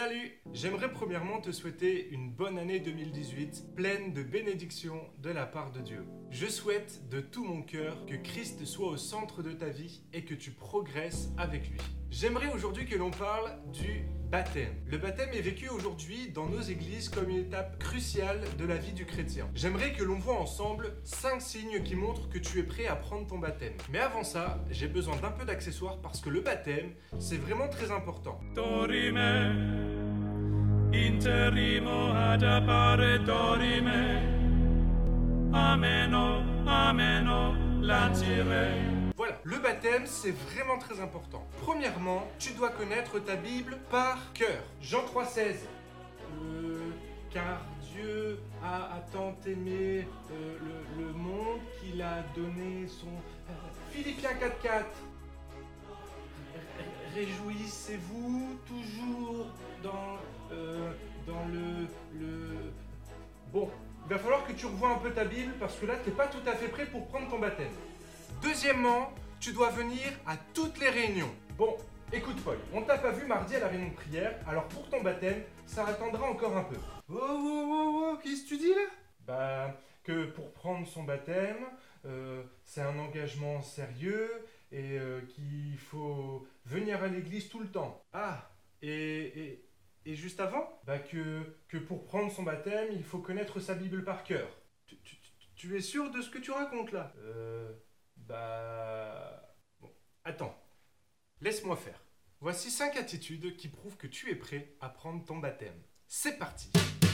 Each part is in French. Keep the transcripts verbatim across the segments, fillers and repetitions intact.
Salut! J'aimerais premièrement te souhaiter une bonne année deux mille dix-huit, pleine de bénédictions de la part de Dieu. Je souhaite de tout mon cœur que Christ soit au centre de ta vie et que tu progresses avec lui. J'aimerais aujourd'hui que l'on parle du baptême. Le baptême est vécu aujourd'hui dans nos églises comme une étape cruciale de la vie du chrétien. J'aimerais que l'on voit ensemble cinq signes qui montrent que tu es prêt à prendre ton baptême. Mais avant ça, j'ai besoin d'un peu d'accessoires parce que le baptême, c'est vraiment très important. Dorime, interimo ad appare dorime, ameno, ameno, lancire. Voilà, le baptême, c'est vraiment très important. Premièrement, tu dois connaître ta Bible par cœur. Jean trois seize. Euh, car Dieu a, a tant aimé euh, le, le monde qu'il a donné son... Euh, Philippiens quatre quatre. Réjouissez-vous toujours dans, euh, dans le, le... Bon, il va falloir que tu revoies un peu ta Bible parce que là, tu n'es pas tout à fait prêt pour prendre ton baptême. Deuxièmement, tu dois venir à toutes les réunions. Bon, écoute Paul, on t'a pas vu mardi à la réunion de prière, alors pour ton baptême, ça attendra encore un peu. Oh, oh, oh, oh, qu'est-ce que tu dis là? Bah, que pour prendre son baptême, euh, c'est un engagement sérieux et euh, qu'il faut venir à l'église tout le temps. Ah, et, et, et juste avant, bah que, que pour prendre son baptême, il faut connaître sa Bible par cœur. Tu, tu, tu es sûr de ce que tu racontes là? Euh... Bah... Bon, attends, laisse-moi faire. Voici cinq attitudes qui prouvent que tu es prêt à prendre ton baptême. C'est parti!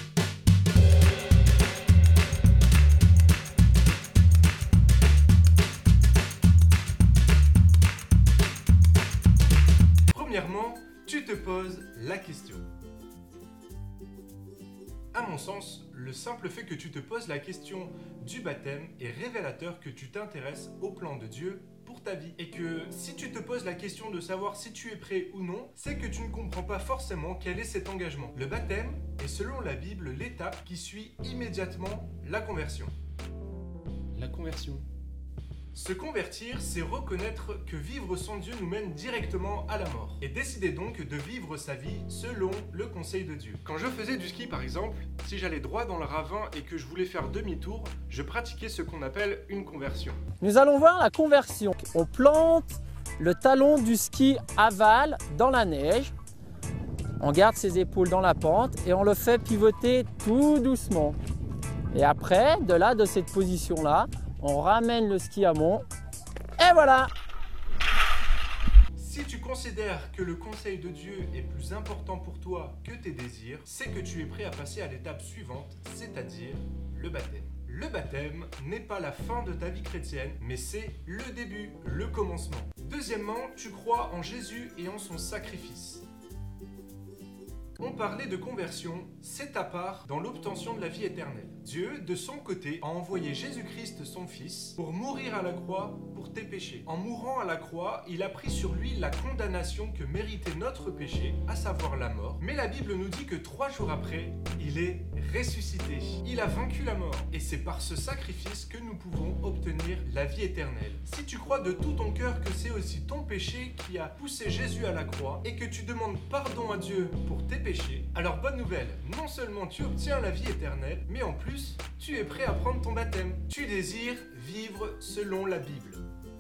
Premièrement, tu te poses la question. À mon sens, le simple fait que tu te poses la question du baptême est révélateur que tu t'intéresses au plan de Dieu pour ta vie. Et que si tu te poses la question de savoir si tu es prêt ou non, c'est que tu ne comprends pas forcément quel est cet engagement. Le baptême est selon la Bible l'étape qui suit immédiatement la conversion. La conversion. Se convertir, c'est reconnaître que vivre sans Dieu nous mène directement à la mort. Et décider donc de vivre sa vie selon le conseil de Dieu. Quand je faisais du ski par exemple, si j'allais droit dans le ravin et que je voulais faire demi-tour, je pratiquais ce qu'on appelle une conversion. Nous allons voir la conversion. On plante le talon du ski aval dans la neige. On garde ses épaules dans la pente et on le fait pivoter tout doucement. Et après, de là, de cette position-là, on ramène le ski à mont, et voilà! Si tu considères que le conseil de Dieu est plus important pour toi que tes désirs, c'est que tu es prêt à passer à l'étape suivante, c'est-à-dire le baptême. Le baptême n'est pas la fin de ta vie chrétienne, mais c'est le début, le commencement. Deuxièmement, tu crois en Jésus et en son sacrifice. On parlait de conversion, c'est ta part dans l'obtention de la vie éternelle. Dieu, de son côté, a envoyé Jésus-Christ, son Fils, pour mourir à la croix pour tes péchés. En mourant à la croix, il a pris sur lui la condamnation que méritait notre péché, à savoir la mort. Mais la Bible nous dit que trois jours après, il est ressuscité. Il a vaincu la mort. Et c'est par ce sacrifice que nous pouvons obtenir la vie éternelle. Si tu crois de tout ton cœur que c'est aussi ton péché qui a poussé Jésus à la croix et que tu demandes pardon à Dieu pour tes péchés, alors bonne nouvelle, non seulement tu obtiens la vie éternelle, mais en plus, tu es prêt à prendre ton baptême. Tu désires vivre selon la Bible.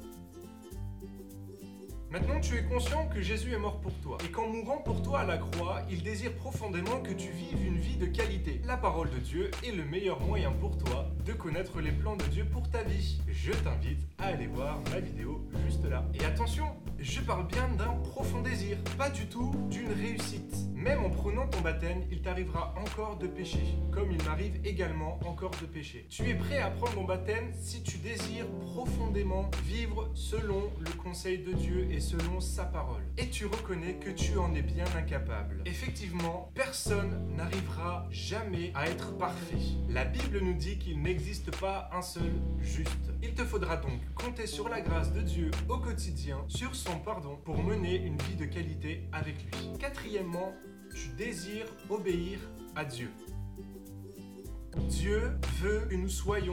Maintenant, tu es conscient que Jésus est mort pour toi et qu'en mourant pour toi à la croix, il désire profondément que tu vives une vie de qualité. La parole de Dieu est le meilleur moyen pour toi de connaître les plans de Dieu pour ta vie. Je t'invite à aller voir ma vidéo juste là. Et attention, je parle bien d'un profond désir, pas du tout d'une réussite. Même en prenant ton baptême, il t'arrivera encore de pécher, comme il m'arrive également encore de pécher. Tu es prêt à prendre ton baptême si tu désires profondément vivre selon le conseil de Dieu et selon sa parole. Et tu reconnais que tu en es bien incapable. Effectivement, personne n'arrivera jamais à être parfait. La Bible nous dit qu'il n'existe pas un seul juste. Il te faudra donc compter sur la grâce de Dieu au quotidien, sur son pardon, pour mener une vie de qualité avec lui. Quatrièmement, tu désires obéir à Dieu. Dieu veut que nous soyons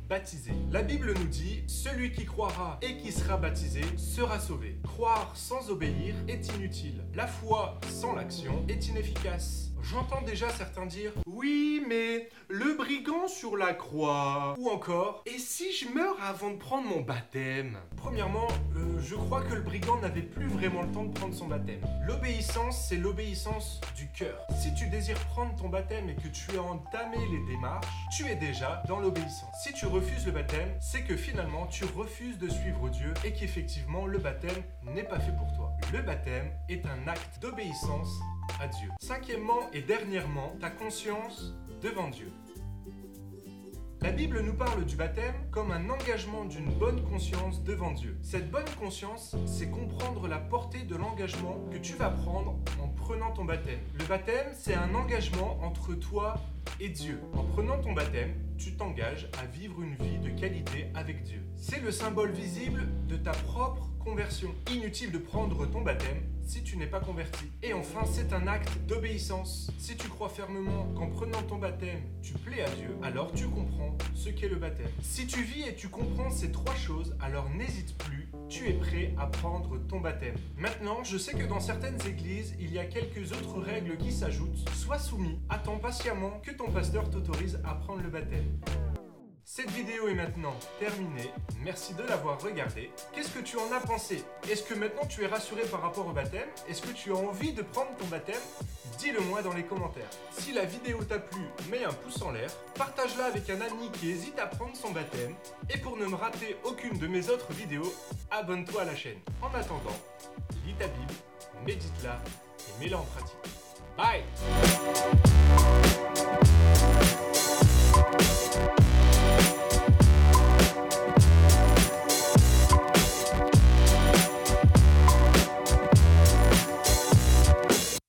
baptisé. La Bible nous dit, celui qui croira et qui sera baptisé sera sauvé. Croire sans obéir est inutile. La foi sans l'action est inefficace. J'entends déjà certains dire « Oui, mais le brigand sur la croix » ou encore « Et si je meurs avant de prendre mon baptême ?» Premièrement, euh, je crois que le brigand n'avait plus vraiment le temps de prendre son baptême. L'obéissance, c'est l'obéissance du cœur. Si tu désires prendre ton baptême et que tu as entamé les démarches, tu es déjà dans l'obéissance. Si tu refuses le baptême, c'est que finalement tu refuses de suivre Dieu et qu'effectivement le baptême n'est pas fait pour toi. Le baptême est un acte d'obéissance à Dieu. Cinquièmement et dernièrement, ta conscience devant Dieu. La Bible nous parle du baptême comme un engagement d'une bonne conscience devant Dieu. Cette bonne conscience, c'est comprendre la portée de l'engagement que tu vas prendre en prenant ton baptême. Le baptême, c'est un engagement entre toi et Dieu. En prenant ton baptême, tu t'engages à vivre une vie de qualité avec Dieu. C'est le symbole visible de ta propre conversion. Inutile de prendre ton baptême si tu n'es pas converti. Et enfin, c'est un acte d'obéissance. Si tu crois fermement qu'en prenant ton baptême, tu plais à Dieu, alors tu comprends ce qu'est le baptême. Si tu vis et tu comprends ces trois choses, alors n'hésite plus, tu es prêt à prendre ton baptême. Maintenant, je sais que dans certaines églises, il y a quelques autres règles qui s'ajoutent. Sois soumis, attends patiemment que ton pasteur t'autorise à prendre le baptême. Cette vidéo est maintenant terminée, merci de l'avoir regardée. Qu'est-ce que tu en as pensé? Est-ce que maintenant tu es rassuré par rapport au baptême? Est-ce que tu as envie de prendre ton baptême? Dis-le moi dans les commentaires. Si la vidéo t'a plu, mets un pouce en l'air, partage-la avec un ami qui hésite à prendre son baptême, et pour ne me rater aucune de mes autres vidéos, abonne-toi à la chaîne. En attendant, lis ta Bible, médite-la et mets-la en pratique. Bye!